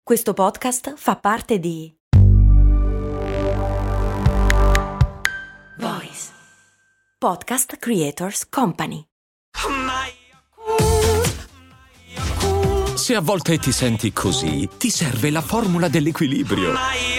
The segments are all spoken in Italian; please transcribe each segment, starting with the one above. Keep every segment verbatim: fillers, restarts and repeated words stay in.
Questo podcast fa parte di Voice Podcast Creators Company. Se a volte ti senti così, ti serve la formula dell'equilibrio.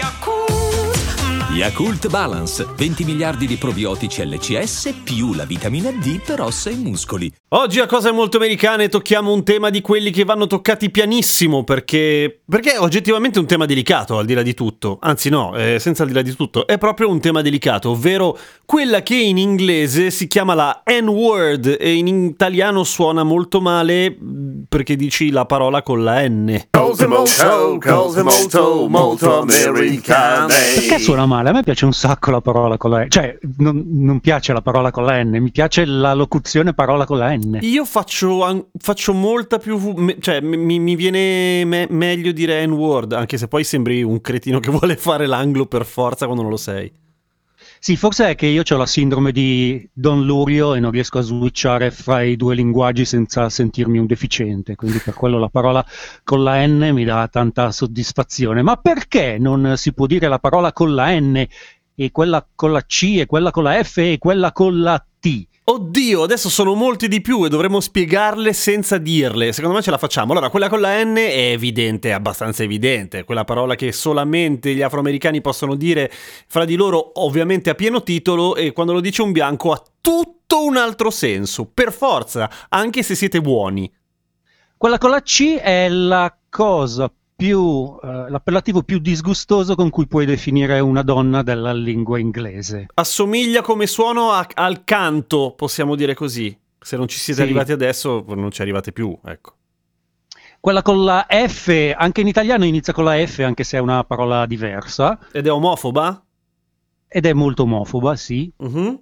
Yakult Balance, venti miliardi di probiotici L C S più la vitamina D per ossa e muscoli. Oggi a Cose Molto Americane tocchiamo un tema di quelli che vanno toccati pianissimo perché perché è oggettivamente un tema delicato, al di là di tutto. Anzi no, eh, senza al di là di tutto, è proprio un tema delicato, ovvero quella che in inglese si chiama la N-word e in italiano suona molto male perché dici la parola con la N. Cose molto, cose molto, molto americane. Perché suona male? A me piace un sacco la parola con la N, cioè non, non piace la parola con la N, mi piace la locuzione parola con la N. Io faccio, an- faccio molta più, me- cioè mi, mi viene me- meglio dire N-word, anche se poi sembri un cretino che vuole fare l'anglo per forza quando non lo sei. Sì, forse è che io ho la sindrome di Don Lurio e non riesco a switchare fra i due linguaggi senza sentirmi un deficiente, quindi per quello la parola con la N mi dà tanta soddisfazione. Ma perché non si può dire la parola con la N e quella con la C e quella con la F e quella con la T? Oddio, adesso sono molti di più e dovremmo spiegarle senza dirle. Secondo me ce la facciamo. Allora, quella con la N è evidente, è abbastanza evidente. Quella parola che solamente gli afroamericani possono dire fra di loro, ovviamente a pieno titolo, e quando lo dice un bianco ha tutto un altro senso, per forza, anche se siete buoni. Quella con la C è la cosa più, eh, l'appellativo più disgustoso con cui puoi definire una donna della lingua inglese. Assomiglia come suono a- al canto, possiamo dire così. Se non ci siete Sì. arrivati adesso, non ci arrivate più, ecco. Quella con la F, anche in italiano inizia con la F, anche se è una parola diversa, Ed è omofoba? ed è molto omofoba, sì. Mhm.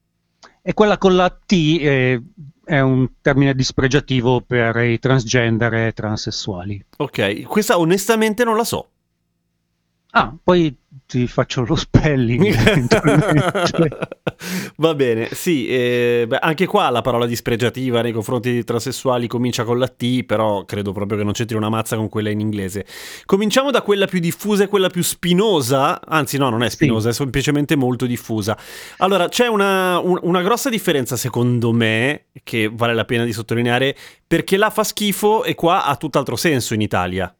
E quella con la T eh, è un termine dispregiativo per i transgender e transessuali. Ok, questa onestamente non la so. Ah, poi ti faccio lo spelling eventualmente. Va bene, sì, eh, beh, anche qua la parola dispregiativa nei confronti dei transessuali comincia con la T, però credo proprio che non c'entri una mazza con quella in inglese. Cominciamo da quella più diffusa e quella più spinosa, anzi no, non è spinosa, Sì. è semplicemente molto diffusa. Allora, c'è una, un- una grossa differenza secondo me, che vale la pena di sottolineare, perché là fa schifo e qua ha tutt'altro senso in Italia.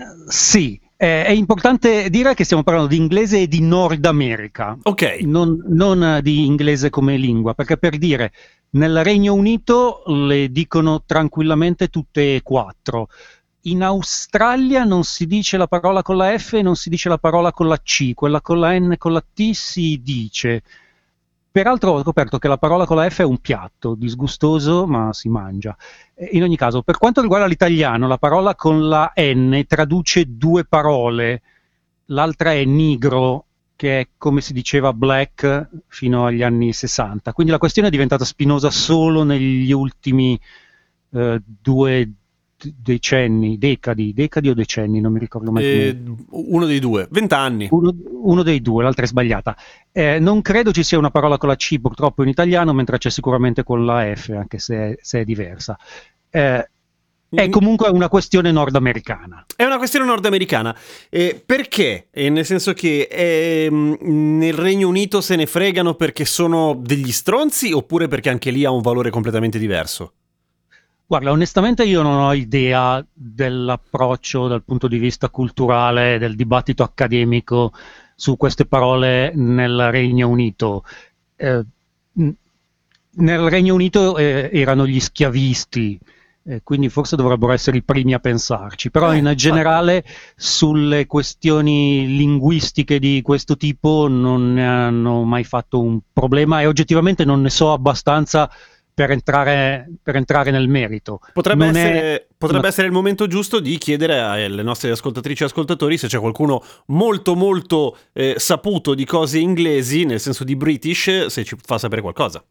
Sì, eh, è importante dire che stiamo parlando di inglese e di Nord America, Ok, non, non di inglese come lingua, perché per dire, nel Regno Unito le dicono tranquillamente tutte e quattro. In Australia non si dice la parola con la F e non si dice la parola con la C, quella con la N e con la T si dice. Peraltro ho scoperto che la parola con la F è un piatto, disgustoso ma si mangia. Eh, In ogni caso, per quanto riguarda l'italiano, la parola con la N traduce due parole. L'altra è nigro, che è come si diceva black fino agli anni sessanta. Quindi la questione è diventata spinosa solo negli ultimi eh, due d- decenni, decadi, decadi o decenni, non mi ricordo mai come. eh, uno dei due, vent'anni. Uno, uno dei due, l'altra è sbagliata. Eh, non credo ci sia una parola con la C purtroppo in italiano, mentre c'è sicuramente con la F, anche se è, se è diversa. Eh, è comunque una questione nordamericana. È una questione nordamericana. Eh, perché? Eh, nel senso che ehm, nel Regno Unito se ne fregano perché sono degli stronzi oppure perché anche lì ha un valore completamente diverso? Guarda, onestamente io non ho idea dell'approccio dal punto di vista culturale, del dibattito accademico su queste parole nel Regno Unito. Eh, n- nel Regno Unito eh, erano gli schiavisti, eh, quindi forse dovrebbero essere i primi a pensarci, però Eh, in generale sulle questioni linguistiche di questo tipo non ne hanno mai fatto un problema e oggettivamente non ne so abbastanza per entrare, per entrare nel merito. Potrebbe, Non è essere, potrebbe una- essere il momento giusto di chiedere alle nostre ascoltatrici e ascoltatori se c'è qualcuno molto molto eh, saputo di cose inglesi, nel senso di British, se ci fa sapere qualcosa.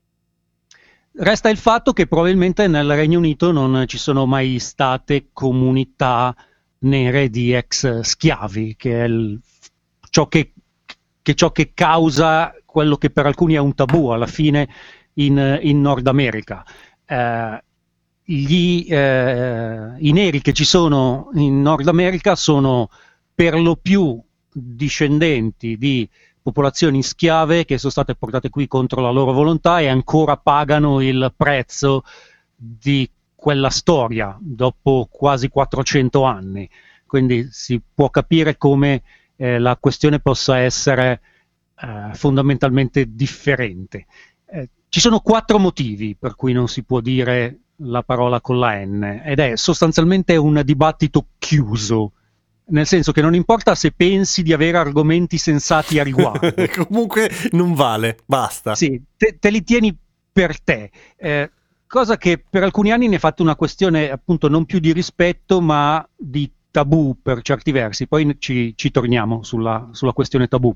Resta il fatto che probabilmente nel Regno Unito non ci sono mai state comunità nere di ex schiavi, che è il- ciò che, che ciò che causa quello che per alcuni è un tabù alla fine in, in Nord America. Eh, gli, eh, i neri che ci sono in Nord America sono per lo più discendenti di popolazioni schiave che sono state portate qui contro la loro volontà e ancora pagano il prezzo di quella storia dopo quasi quattrocento anni. Quindi si può capire come eh, la questione possa essere eh, fondamentalmente differente. Eh, ci sono quattro motivi per cui non si può dire la parola con la N, ed è sostanzialmente un dibattito chiuso. Nel senso che non importa se pensi di avere argomenti sensati a riguardo. Comunque non vale, basta. Sì, te, te li tieni per te. Eh, cosa che per alcuni anni ne è fatta una questione appunto non più di rispetto ma di tabù per certi versi. Poi ci, ci torniamo sulla, sulla questione tabù.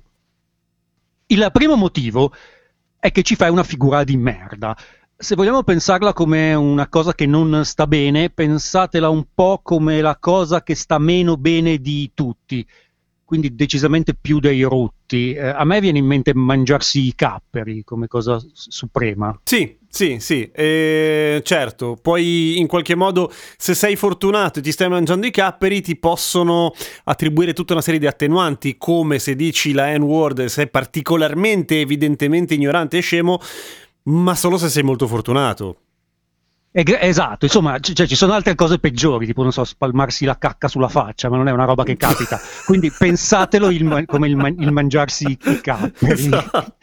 Il primo motivo è che ci fai una figura di merda. Se vogliamo pensarla come una cosa che non sta bene, pensatela un po' come la cosa che sta meno bene di tutti, quindi decisamente più dei rutti. Eh, a me viene in mente mangiarsi i capperi come cosa suprema. Sì, sì, sì, eh, certo, poi in qualche modo se sei fortunato e ti stai mangiando i capperi ti possono attribuire tutta una serie di attenuanti, come se dici la N-word, sei particolarmente evidentemente ignorante e scemo, ma solo se sei molto fortunato. Esatto, insomma, c- cioè, ci sono altre cose peggiori, tipo, non so, spalmarsi la cacca sulla faccia, ma non è una roba che capita. Quindi pensatelo il ma- come il, ma- il mangiarsi i capperi. Esatto.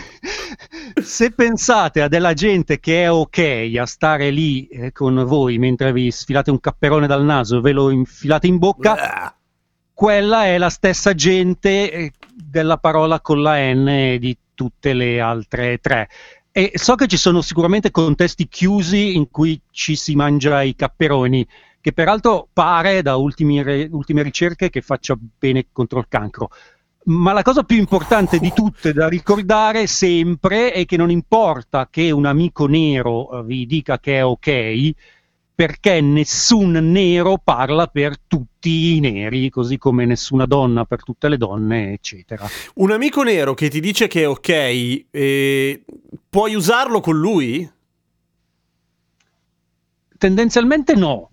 Se pensate a della gente che è ok a stare lì eh, con voi mentre vi sfilate un capperone dal naso e ve lo infilate in bocca, quella è la stessa gente eh, della parola con la N e di tutte le altre tre. E so che ci sono sicuramente contesti chiusi in cui ci si mangia i capperoni, che peraltro pare da ultimi re- ultime ricerche che faccia bene contro il cancro. Ma la cosa più importante di tutte da ricordare sempre è che non importa che un amico nero vi dica che è ok, perché nessun nero parla per tutti i neri, così come nessuna donna per tutte le donne, eccetera. Un amico nero che ti dice che è ok, eh, puoi usarlo con lui? Tendenzialmente no,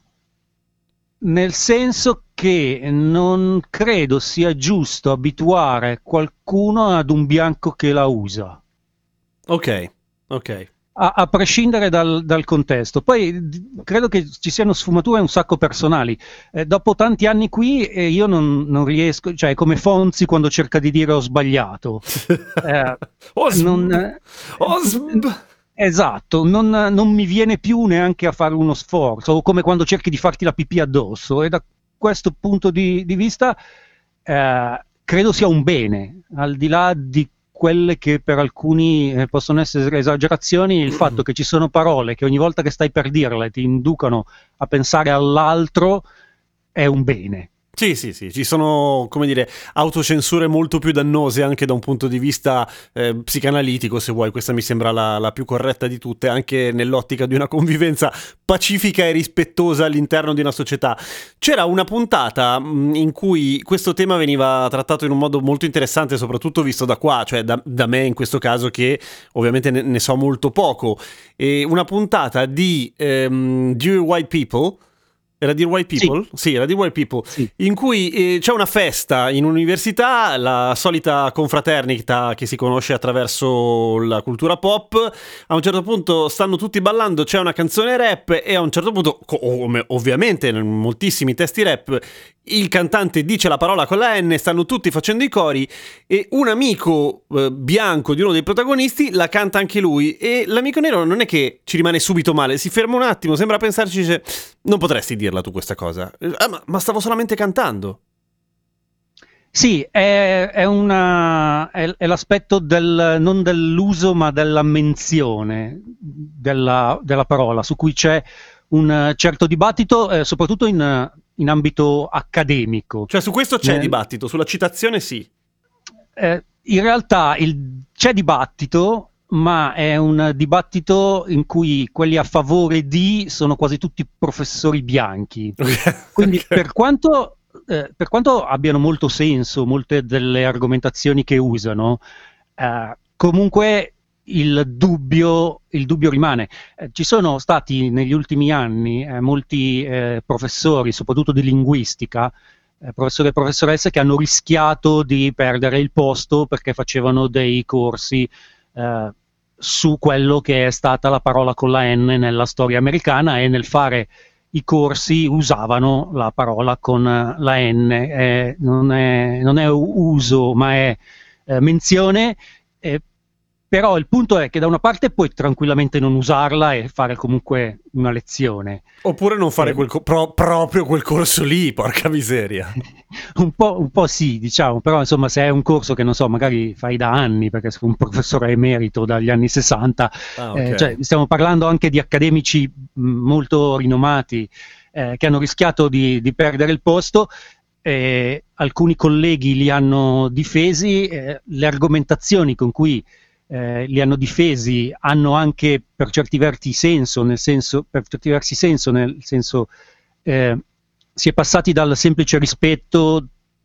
nel senso che non credo sia giusto abituare qualcuno ad un bianco che la usa. Ok, ok. A, a prescindere dal, dal contesto. Poi d- credo che ci siano sfumature un sacco personali. Eh, dopo tanti anni qui eh, io non, non riesco, cioè come Fonzi quando cerca di dire ho sbagliato. Eh, Osb- non, Osb- esatto, non, non mi viene più neanche a fare uno sforzo, o come quando cerchi di farti la pipì addosso, e da questo punto di, di vista eh, credo sia un bene, al di là di quelle che per alcuni eh, possono essere esagerazioni, il fatto che ci sono parole che ogni volta che stai per dirle ti inducano a pensare all'altro è un bene. Sì, sì, sì, ci sono, come dire, autocensure molto più dannose anche da un punto di vista eh, psicanalitico, se vuoi. Questa mi sembra la, la più corretta di tutte, anche nell'ottica di una convivenza pacifica e rispettosa all'interno di una società. C'era una puntata mh, in cui questo tema veniva trattato in un modo molto interessante, soprattutto visto da qua, cioè da, da me in questo caso, che ovviamente ne, ne so molto poco. E una puntata di um, Dear White People. Era Dear White People? Sì, sì era Dear White People, sì. In cui eh, c'è una festa in università, la solita confraternita che si conosce attraverso la cultura pop. A un certo punto stanno tutti ballando, c'è una canzone rap e a un certo punto, come ovviamente in moltissimi testi rap, il cantante dice la parola con la N, stanno tutti facendo i cori e un amico eh, bianco di uno dei protagonisti la canta anche lui, e l'amico nero non è che ci rimane subito male, si ferma un attimo, sembra pensarci, dice: non potresti dirla tu questa cosa? Ah, ma, ma stavo solamente cantando. Sì, è, è, una, è, è l'aspetto del, non dell'uso ma della menzione della, della parola, su cui c'è un certo dibattito, eh, soprattutto in, in ambito accademico. Cioè su questo c'è eh, dibattito, sulla citazione sì. Eh, in realtà il, c'è dibattito, ma è un dibattito in cui quelli a favore di sono quasi tutti professori bianchi. Okay. Quindi Okay. per quanto... Eh, per quanto abbiano molto senso molte delle argomentazioni che usano, eh, comunque il dubbio, il dubbio rimane. Eh, ci sono stati negli ultimi anni eh, molti eh, professori, soprattutto di linguistica, eh, professori e professoresse, che hanno rischiato di perdere il posto perché facevano dei corsi eh, su quello che è stata la parola con la N nella storia americana, e nel fare i corsi usavano la parola con la N. Eh, non è, non è uso, ma è eh, menzione. Eh, Però il punto è che da una parte puoi tranquillamente non usarla e fare comunque una lezione. Oppure non fare Eh, quel co- pro- proprio quel corso lì, porca miseria. un po', un po' sì, diciamo, però insomma se è un corso che non so, magari fai da anni, perché sei un professore emerito dagli anni sessanta, Ah, eh, ok. cioè, stiamo parlando anche di accademici mh, molto rinomati eh, che hanno rischiato di, di perdere il posto. Eh, alcuni colleghi li hanno difesi, eh, le argomentazioni con cui Eh, li hanno difesi hanno anche per certi versi senso, nel senso, per certi versi senso, nel senso eh, si è passati dal semplice rispetto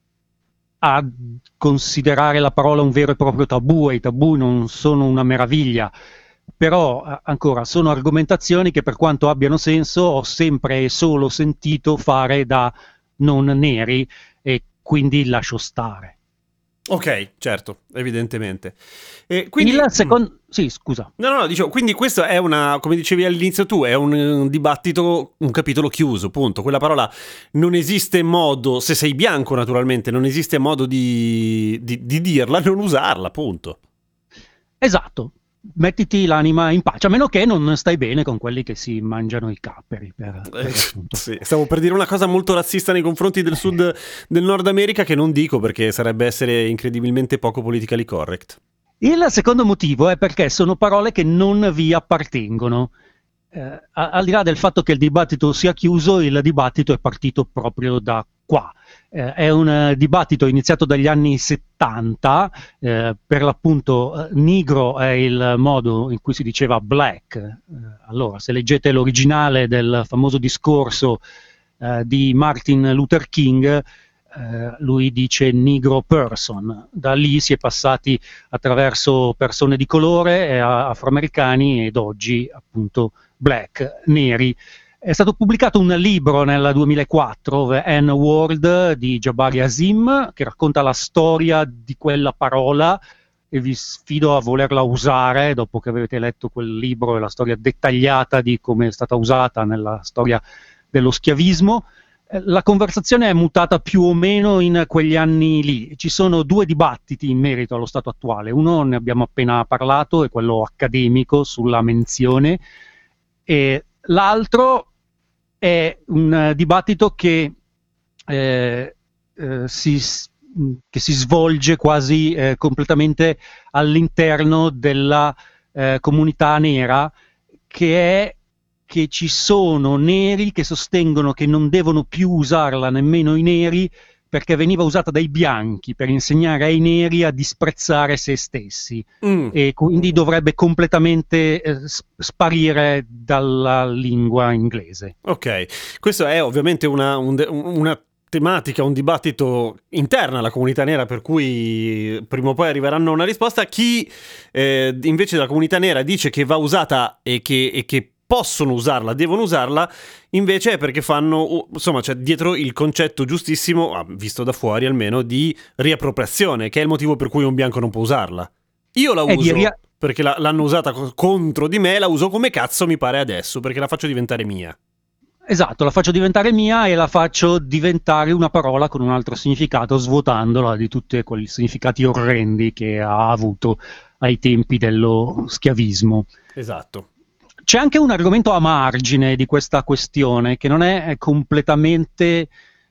a considerare la parola un vero e proprio tabù, e i tabù non sono una meraviglia, però eh, ancora sono argomentazioni che, per quanto abbiano senso, ho sempre e solo sentito fare da non neri, e quindi lascio stare. Ok, certo, evidentemente. E quindi... Il secondo... Sì, scusa. No, no, no, dicevo, quindi questo è una, come dicevi all'inizio tu, è un, un dibattito, un capitolo chiuso, punto. Quella parola non esiste modo, se sei bianco naturalmente, non esiste modo di, di, di dirla, non usarla, punto. Esatto. Mettiti l'anima in pace, a meno che non stai bene con quelli che si mangiano i capperi. Per, per Eh, sì, stavo per dire una cosa molto razzista nei confronti del sud del Nord America, che non dico perché sarebbe essere incredibilmente poco politically correct. Il secondo motivo è perché sono parole che non vi appartengono. Eh, al di là del fatto che il dibattito sia chiuso, il dibattito è partito proprio da qua. Eh, è un uh, dibattito iniziato dagli anni settanta, eh, per l'appunto eh, nigro è il modo in cui si diceva black. Eh, allora, se leggete l'originale del famoso discorso eh, di Martin Luther King, eh, lui dice negro person. Da lì si è passati attraverso persone di colore, eh, afroamericani, ed oggi appunto black, neri. È stato pubblicato un libro nel duemilaquattro, The N-Word, di Jabari Azim, che racconta la storia di quella parola, e vi sfido a volerla usare dopo che avete letto quel libro e la storia dettagliata di come è stata usata nella storia dello schiavismo. La conversazione è mutata più o meno in quegli anni lì. Ci sono due dibattiti in merito allo stato attuale. Uno ne abbiamo appena parlato, è quello accademico sulla menzione, e l'altro è un dibattito che, eh, eh, si, che si svolge quasi eh, completamente all'interno della eh, comunità nera, che è che ci sono neri che sostengono che non devono più usarla nemmeno i neri, perché veniva usata dai bianchi per insegnare ai neri a disprezzare se stessi, mm. e quindi dovrebbe completamente eh, sparire dalla lingua inglese. Ok, questo è ovviamente una, un, una tematica, un dibattito interna alla comunità nera, per cui prima o poi arriveranno a una risposta. Chi eh, invece della comunità nera dice che va usata e che, e che possono usarla, devono usarla, invece è perché fanno, insomma, c'è dietro il concetto giustissimo, visto da fuori almeno, di riappropriazione, che è il motivo per cui un bianco non può usarla. Io la uso ria- perché la, l'hanno usata contro di me, la uso come cazzo mi pare adesso, perché la faccio diventare mia. Esatto, la faccio diventare mia e la faccio diventare una parola con un altro significato, svuotandola di tutti quei significati orrendi che ha avuto ai tempi dello schiavismo. Esatto. C'è anche un argomento a margine di questa questione, che non è completamente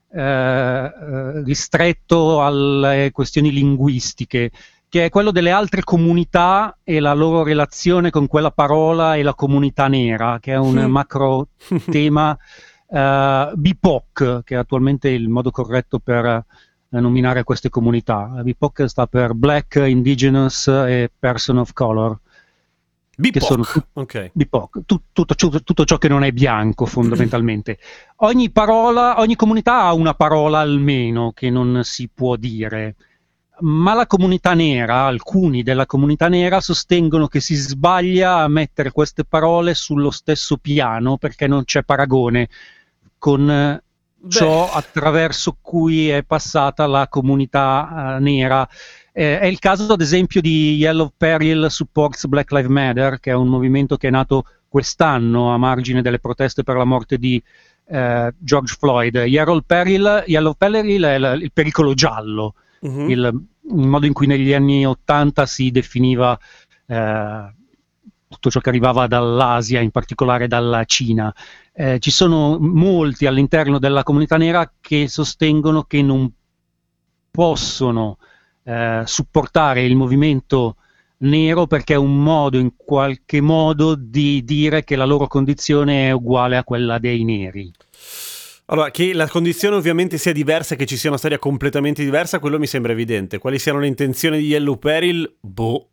eh, ristretto alle questioni linguistiche, che è quello delle altre comunità e la loro relazione con quella parola e la comunità nera, che è un mm. macro tema eh, B I P O C, che è attualmente il modo corretto per eh, nominare queste comunità. B I P O C sta per Black, Indigenous e Person of Color. B I P O C, che sono tu- okay. B I P O C, tu- tutto, tutto, tutto ciò che non è bianco fondamentalmente. Ogni parola, ogni comunità ha una parola almeno che non si può dire. ma la comunità nera, alcuni della comunità nera sostengono che si sbaglia a mettere queste parole sullo stesso piano perché non c'è paragone con eh, ciò attraverso cui è passata la comunità eh, nera. Eh, è il caso ad esempio di Yellow Peril Supports Black Lives Matter, che è un movimento che è nato quest'anno a margine delle proteste per la morte di eh, George Floyd. Yellow Peril, Yellow Peril è il, il pericolo giallo, uh-huh. il, il modo in cui negli anni ottanta si definiva eh, tutto ciò che arrivava dall'Asia, in particolare dalla Cina. Eh, ci sono molti all'interno della comunità nera che sostengono che non possono eh, supportare il movimento nero perché è un modo in qualche modo di dire che la loro condizione è uguale a quella dei neri. Allora, che la condizione ovviamente sia diversa e che ci sia una storia completamente diversa, quello mi sembra evidente. Quali siano le intenzioni di Yellow Peril? Boh.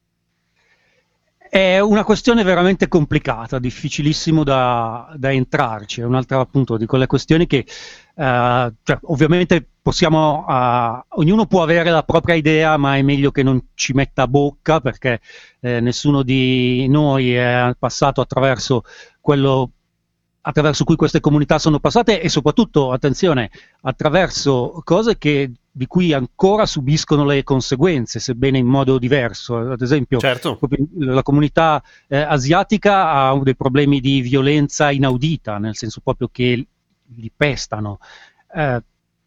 È una questione veramente complicata, difficilissimo da, da entrarci. È un'altra appunto di quelle questioni che uh, cioè, ovviamente possiamo, uh, ognuno può avere la propria idea, ma è meglio che non ci metta a bocca perché eh, nessuno di noi è passato attraverso quello attraverso cui queste comunità sono passate e soprattutto, attenzione, attraverso cose che, di cui ancora subiscono le conseguenze, sebbene in modo diverso. Ad esempio, certo. la comunità eh, asiatica ha dei problemi di violenza inaudita, nel senso proprio che li pestano. Eh,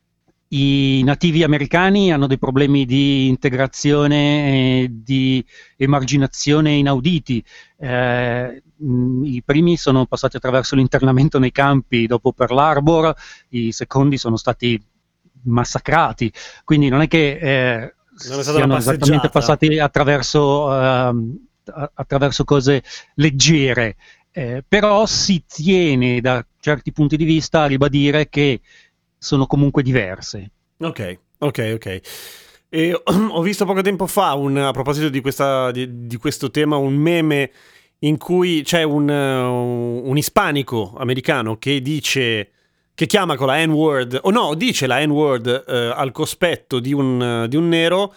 I nativi americani hanno dei problemi di integrazione e di emarginazione inauditi. Eh, I primi sono passati attraverso l'internamento nei campi dopo Pearl Harbor, i secondi sono stati massacrati. Quindi non è che eh, non è siano esattamente passati attraverso, eh, attraverso cose leggere, eh, però si tiene da certi punti di vista a ribadire che sono comunque diverse. Ok, ok, ok. E ho visto poco tempo fa, un, a proposito di, questa, di, di questo tema, un meme in cui c'è un, uh, un ispanico americano che dice, che chiama con la N-word, o no, dice la N-word uh, al cospetto di un, uh, di un nero.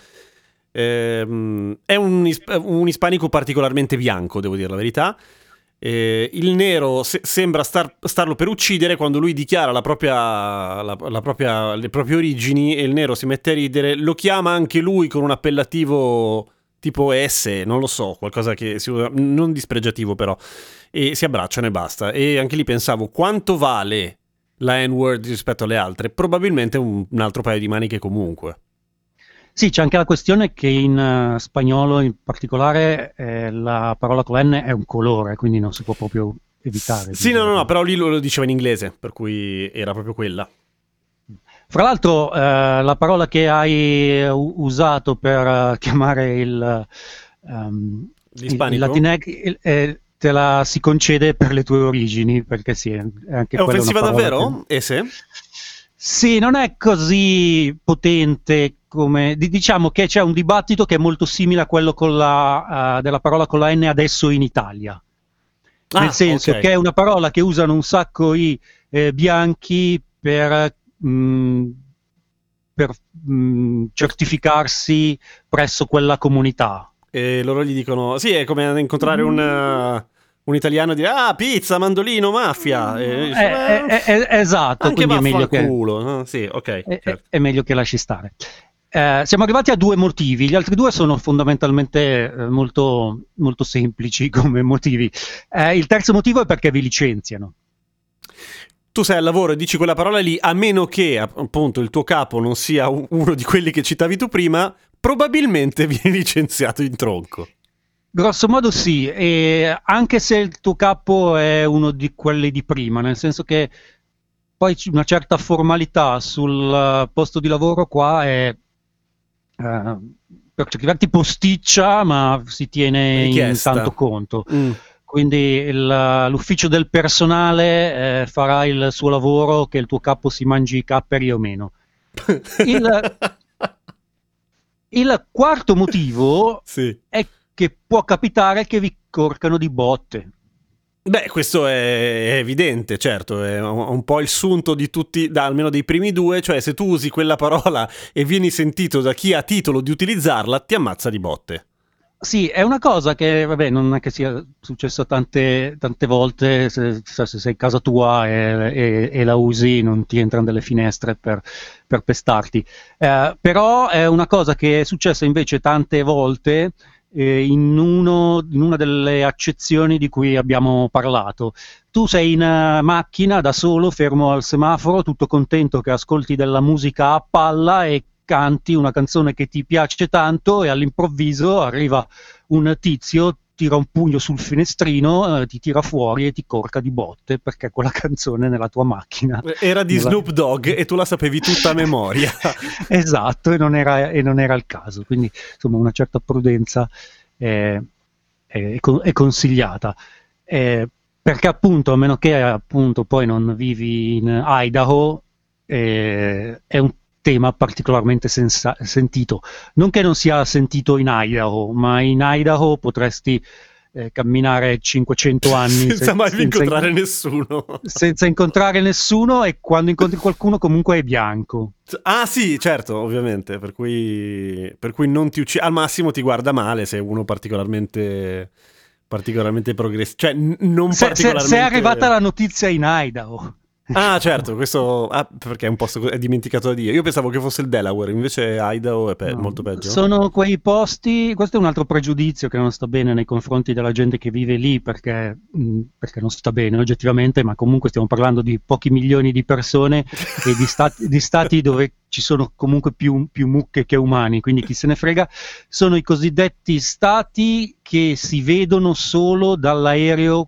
Uh, è un, isp- un ispanico particolarmente bianco, devo dire la verità. Eh, il nero se- sembra star- starlo per uccidere quando lui dichiara la propria, la, la propria, le proprie origini, e il nero si mette a ridere, lo chiama anche lui con un appellativo tipo S, non lo so, qualcosa che si usa, non dispregiativo però, e si abbracciano e basta. E anche lì pensavo, quanto vale la N-word rispetto alle altre? Probabilmente un, un altro paio di maniche comunque. Sì, c'è anche la questione che in uh, spagnolo in particolare eh, la parola con N è un colore, quindi non si può proprio evitare. Sì, no, no, no, però lì lo, lo diceva in inglese, per cui era proprio quella. Fra l'altro, eh, la parola che hai uh, usato per uh, chiamare il, um, il, il latinx eh, te la si concede per le tue origini, perché sì, è anche è offensiva che... davvero? E se? Sì, non è così potente come... Diciamo che c'è un dibattito che è molto simile a quello con la, uh, della parola con la N adesso in Italia. Ah, nel senso okay. che è una parola che usano un sacco i eh, bianchi per, mh, per mh, certificarsi presso quella comunità. E loro gli dicono... Sì, è come incontrare un... Uh... un italiano dire ah pizza, mandolino, mafia e dice, eh, eh, eh, esatto, anche quindi è meglio che culo. No? Sì, ok, è, certo. è meglio che lasci stare. Eh, siamo arrivati a due motivi, gli altri due sono fondamentalmente eh, molto, molto semplici come motivi. Eh, il terzo motivo è perché vi licenziano. Tu sei al lavoro e dici quella parola lì, a meno che appunto il tuo capo non sia uno di quelli che citavi tu prima, probabilmente vieni licenziato in tronco. Grosso modo sì, e anche se il tuo capo è uno di quelli di prima, nel senso che poi una certa formalità sul posto di lavoro qua è eh, per certi versi posticcia, ma si tiene richiesta in tanto conto. Mm. Quindi il, l'ufficio del personale eh, farà il suo lavoro, che il tuo capo si mangi i capperi o meno. Il, il quarto motivo sì. è che può capitare che vi corcano di botte. Beh, questo è evidente, certo, è un po' il sunto di tutti, da almeno dei primi due, cioè se tu usi quella parola e vieni sentito da chi ha titolo di utilizzarla, ti ammazza di botte. Sì, è una cosa che, vabbè, non è che sia successo tante, tante volte, se, se sei a casa tua e, e, e la usi non ti entrano delle finestre per, per pestarti. Eh, però è una cosa che è successa invece tante volte eh, in, uno, in una delle accezioni di cui abbiamo parlato. Tu sei in uh, macchina da solo, fermo al semaforo, tutto contento che ascolti della musica a palla e canti una canzone che ti piace tanto e all'improvviso arriva un tizio, tira un pugno sul finestrino, eh, ti tira fuori e ti corca di botte perché quella canzone nella tua macchina era di nella... Snoop Dogg e tu la sapevi tutta a memoria. Esatto, e non era, e non era il caso, quindi insomma una certa prudenza è, è, è consigliata, è, perché appunto a meno che appunto poi non vivi in Idaho è, è un tema particolarmente senza- sentito, non che non sia sentito in Idaho, ma in Idaho potresti eh, camminare cinquecento anni senza sen- mai senza incontrare in- nessuno. senza incontrare nessuno, e quando incontri qualcuno comunque è bianco. Ah sì, certo, ovviamente, per cui, per cui non ti uccide, al massimo ti guarda male se è uno particolarmente particolarmente progressivo, cioè n- non Se, particolarmente... se, se è arrivata la notizia in Idaho. Ah certo, questo ah, perché è un posto è dimenticato da dire. Io pensavo che fosse il Delaware, invece Idaho è pe- No, molto peggio. sono quei posti, questo è un altro pregiudizio che non sta bene nei confronti della gente che vive lì, perché, mh, perché non sta bene oggettivamente, ma comunque stiamo parlando di pochi milioni di persone e di stati, di stati dove ci sono comunque più, più mucche che umani, quindi chi se ne frega. Sono i cosiddetti stati che si vedono solo dall'aereo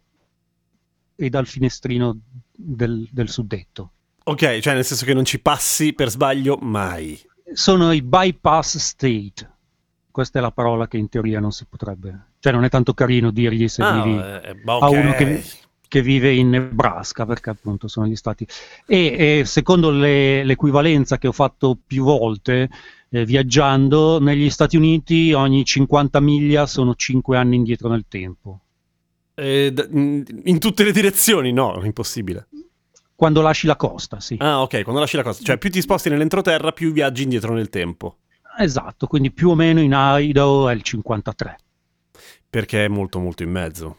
e dal finestrino del, del suddetto. Ok, cioè nel senso che non ci passi per sbaglio mai. Sono i bypass state. Questa è la parola che in teoria non si potrebbe, cioè non è tanto carino dirgli se Ah, vivi eh, ma a ok. uno che, che vive in Nebraska, perché appunto sono gli stati. E, e secondo le, l'equivalenza che ho fatto più volte eh, viaggiando, negli Stati Uniti ogni cinquanta miglia sono cinque anni indietro nel tempo. Eh, d- in tutte le direzioni? No, è impossibile. Quando lasci la costa, sì. Ah, ok, quando lasci la costa. Cioè, più ti sposti nell'entroterra, più viaggi indietro nel tempo. Esatto, quindi più o meno in Idaho è il cinquantatré. Perché è molto molto in mezzo.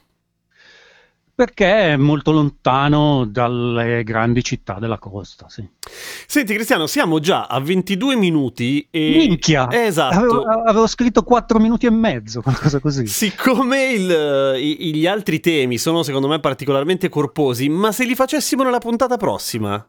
Perché è molto lontano dalle grandi città della costa, sì. Senti Cristiano, siamo già a ventidue minuti e... Minchia! Esatto. Avevo, avevo scritto quattro minuti e mezzo, qualcosa così. Siccome il, i- gli altri temi sono secondo me particolarmente corposi, ma se li facessimo nella puntata prossima?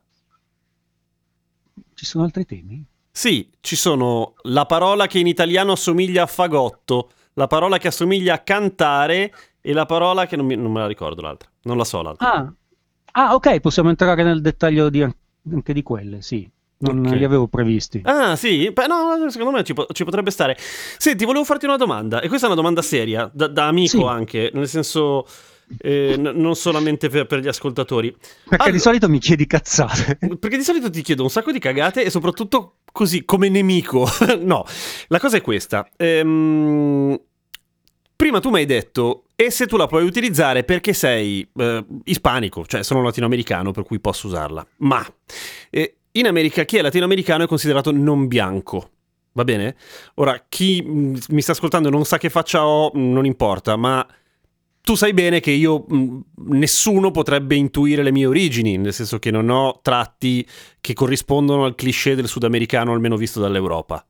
Ci sono altri temi? Sì, ci sono la parola che in italiano assomiglia a fagotto, la parola che assomiglia a cantare e la parola che non, mi- non me la ricordo l'altra. Non la so l'altra. Ah, ah, ok, possiamo entrare nel dettaglio di, anche di quelle, sì. Non Ok. li avevo previsti. Ah sì, beh, no, secondo me ci, po- ci potrebbe stare. Senti, volevo farti una domanda, e questa è una domanda seria, da, da amico Sì. anche, nel senso eh, n- non solamente per, per gli ascoltatori. Perché Allora- di solito mi chiedi cazzate. Perché di solito ti chiedo un sacco di cagate e soprattutto così come nemico. No, la cosa è questa. Ehm, prima tu mi hai detto, e se tu la puoi utilizzare perché sei eh, ispanico, cioè sono latinoamericano per cui posso usarla. Ma eh, in America chi è latinoamericano è considerato non bianco. Va bene? Ora, chi mh, mi sta ascoltando e non sa che faccia ho, mh, non importa, ma tu sai bene che io, mh, nessuno potrebbe intuire le mie origini, nel senso che non ho tratti che corrispondono al cliché del sudamericano, almeno visto dall'Europa.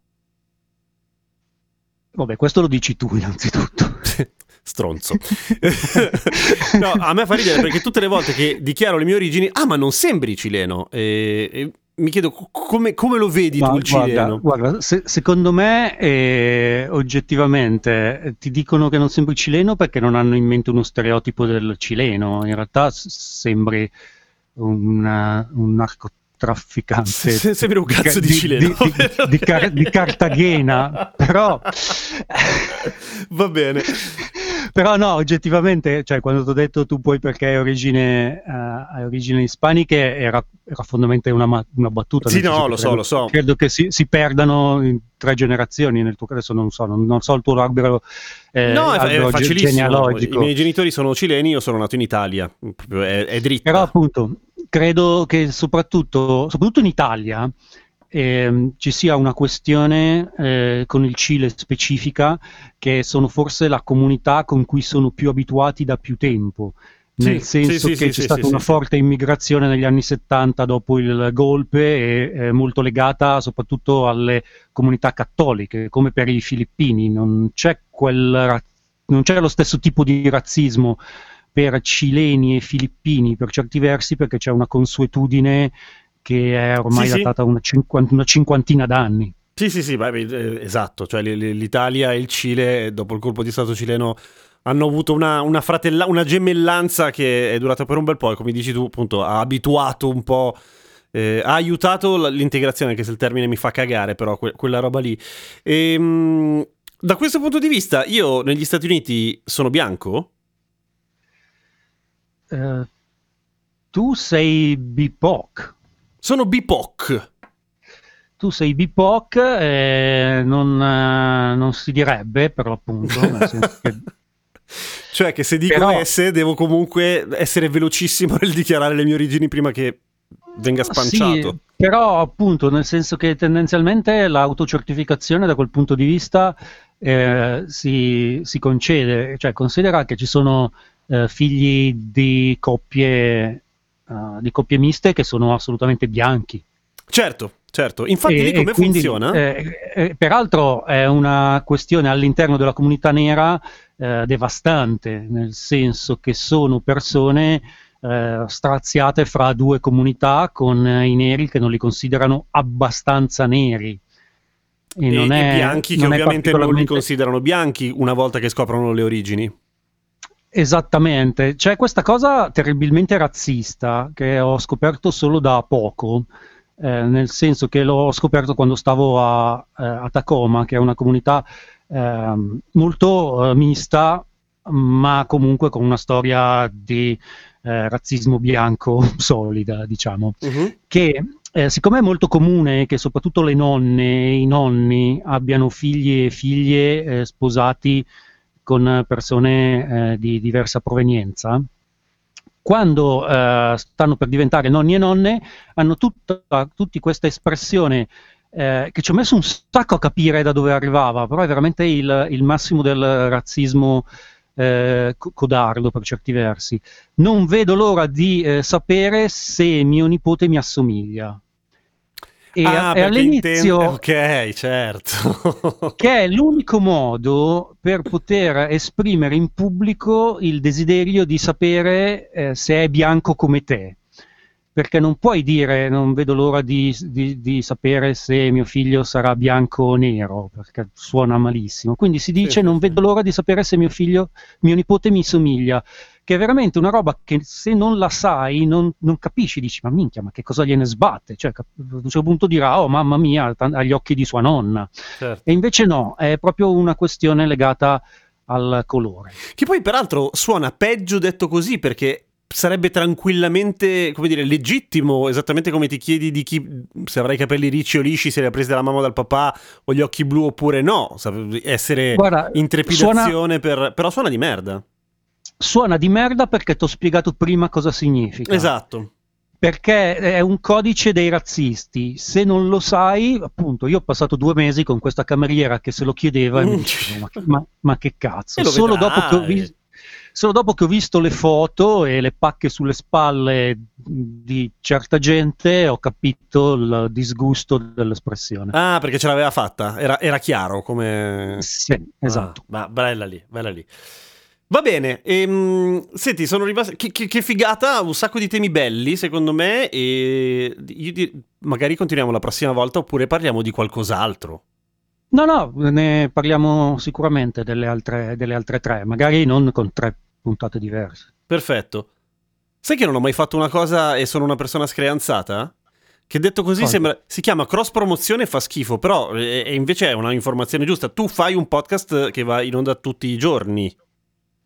Vabbè, questo lo dici tu innanzitutto. Stronzo. No, a me fa ridere perché tutte le volte che dichiaro le mie origini, ah, ma non sembri cileno. E, e mi chiedo co- come, come lo vedi Ma tu il cileno? Guarda, guarda, se- secondo me eh, oggettivamente eh, ti dicono che non sembri cileno perché non hanno in mente uno stereotipo del cileno. In realtà s- sembri una- un narcotrafficante. Se- se- sembri un cazzo di di, cileno. di- di- di Car- di Cartagena, però Va bene. Però no, oggettivamente, cioè quando ti ho detto tu puoi perché hai origine, uh, hai origini ispaniche, era, era fondamentalmente una, ma- una battuta. Sì, nel senso no, che lo so, credo, lo so. Credo che si, si perdano in tre generazioni, nel tuo caso adesso non so, non, non so il tuo albero, eh, No, è, albero è ge- facilissimo. genealogico. I miei genitori sono cileni, io sono nato in Italia, proprio è, è dritta. Però appunto credo che soprattutto, soprattutto in Italia ehm, ci sia una questione eh, con il Cile specifica, che sono forse la comunità con cui sono più abituati da più tempo, nel Sì, senso sì, sì, che sì, c'è sì, stata sì, una sì. forte immigrazione negli anni settanta dopo il golpe e eh, molto legata soprattutto alle comunità cattoliche, come per i filippini. Non c'è quel ra- non c'è lo stesso tipo di razzismo per cileni e filippini per certi versi, perché c'è una consuetudine che è ormai Sì, sì. datata una, cinquant- una cinquantina d'anni. Sì, sì, sì, beh, eh, esatto, cioè l- l- l'Italia e il Cile, dopo il colpo di stato cileno, hanno avuto una, una, fratella- una gemellanza che è durata per un bel po', e come dici tu, appunto, ha abituato un po', eh, ha aiutato l- l'integrazione, anche se il termine mi fa cagare, però que- quella roba lì. E, mh, da questo punto di vista, io negli Stati Uniti sono bianco? Eh, tu sei B I P O C. Sono B I P O C. Tu sei B I P O C, eh, non, eh, non si direbbe per l'appunto, nel senso che Cioè che se dico Però- S devo comunque essere velocissimo nel dichiarare le mie origini prima che venga spanciato. Sì, però appunto nel senso che tendenzialmente l'autocertificazione da quel punto di vista eh, si, si concede, cioè considera che ci sono eh, figli di coppie, eh, di coppie miste che sono assolutamente bianchi. Certo, certo. Infatti E- lì come e quindi, funziona? eh, eh, peraltro è una questione all'interno della comunità nera eh, devastante, nel senso che sono persone eh, straziate fra due comunità con eh, i neri che non li considerano abbastanza neri. E, E, non e è, bianchi che non è ovviamente non li particolarmente- considerano bianchi una volta che scoprono le origini. Esattamente, c'è questa cosa terribilmente razzista che ho scoperto solo da poco, eh, nel senso che l'ho scoperto quando stavo a, eh, a Tacoma, che è una comunità ehm, molto eh, mista, ma comunque con una storia di eh, razzismo bianco solida, diciamo. Mhm. Che eh, siccome è molto comune che soprattutto le nonne e i nonni abbiano figli e figlie eh, sposati con persone eh, di diversa provenienza, quando eh, stanno per diventare nonni e nonne hanno tutta, tutti questa espressione eh, che ci ho messo un sacco a capire da dove arrivava, però è veramente il, il massimo del razzismo eh, co- codardo per certi versi. Non vedo l'ora di eh, sapere se mio nipote mi assomiglia. E, ah, e perché all'inizio, intende- Ok, certo. che è l'unico modo per poter esprimere in pubblico il desiderio di sapere eh, se è bianco come te. Perché non puoi dire non vedo l'ora di, di- di sapere se mio figlio sarà bianco o nero, perché suona malissimo. Quindi si dice Sì, sì, non sì. vedo l'ora di sapere se mio figlio, mio nipote mi somiglia, che è veramente una roba che se non la sai non, non capisci, dici ma minchia, ma che cosa gliene sbatte? Cioè, cap- a un certo punto dirà oh mamma mia, t- ha gli occhi di sua nonna. Certo. E invece no, è proprio una questione legata al colore. Che poi peraltro suona peggio detto così, perché sarebbe tranquillamente, come dire, legittimo, esattamente come ti chiedi di chi, se avrai i capelli ricci o lisci, se li ha presi dalla mamma o dal papà, o gli occhi blu oppure no, Sa- essere Guarda, intrepidazione suona- per... però suona di merda. Suona di merda perché ti ho spiegato prima cosa significa. Esatto. Perché è un codice dei razzisti. Se non lo sai, appunto, io ho passato due mesi con questa cameriera che se lo chiedeva e mi Mm. dicevo, ma, ma- ma che cazzo? E lo Solo vedrai. dopo, che ho vis- solo dopo che ho visto le foto e le pacche sulle spalle di certa gente ho capito il disgusto dell'espressione. Ah, perché ce l'aveva fatta, era, era chiaro come... Sì, esatto. Ah, ma bella lì, bella lì. Va bene, ehm, senti, sono rimasto... Che, che- che figata, un sacco di temi belli, secondo me, e io di- magari continuiamo la prossima volta oppure parliamo di qualcos'altro. No, no, ne parliamo sicuramente delle altre, delle altre tre, magari non con tre puntate diverse. Perfetto. Sai che non ho mai fatto una cosa e sono una persona screanzata? Che detto così Cosa? sembra... Si chiama cross promozione e fa schifo, però e, e invece è una informazione giusta. Tu fai un podcast che va in onda tutti i giorni.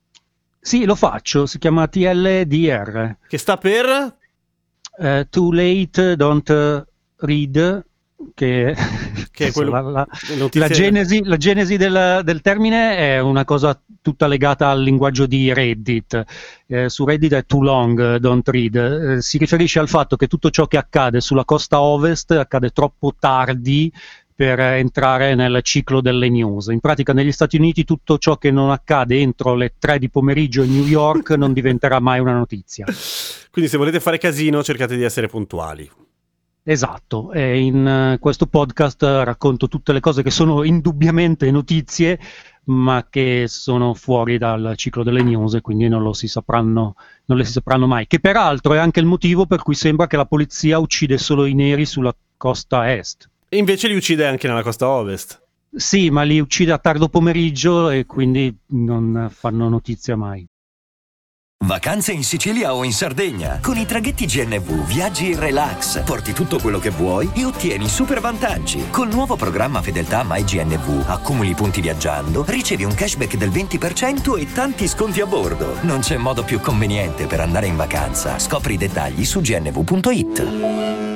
Sì, lo faccio, si chiama T L D R. Che sta per? Uh, too late, don't read, che, che è quello, la, la, la genesi, la genesi del, del termine è una cosa tutta legata al linguaggio di Reddit. Eh, su Reddit è too long, don't read. Eh, si riferisce al fatto che tutto ciò che accade sulla costa ovest accade troppo tardi per entrare nel ciclo delle news. In pratica negli Stati Uniti tutto ciò che non accade entro le tre di pomeriggio in New York non diventerà mai una notizia. Quindi se volete fare casino cercate di essere puntuali. Esatto, e in uh, questo podcast racconto tutte le cose che sono indubbiamente notizie, ma che sono fuori dal ciclo delle news e quindi non lo si sapranno, non le si sapranno mai. Che peraltro è anche il motivo per cui sembra che la polizia uccide solo i neri sulla costa est. E invece li uccide anche nella costa ovest. Sì, ma li uccide a tardo pomeriggio e quindi non fanno notizia mai. Vacanze in Sicilia o in Sardegna. Con i traghetti G N V viaggi in relax, porti tutto quello che vuoi e ottieni super vantaggi. Col nuovo programma Fedeltà MyGNV accumuli punti viaggiando, ricevi un cashback del venti per cento e tanti sconti a bordo. Non c'è modo più conveniente per andare in vacanza. Scopri i dettagli su gnv punto it.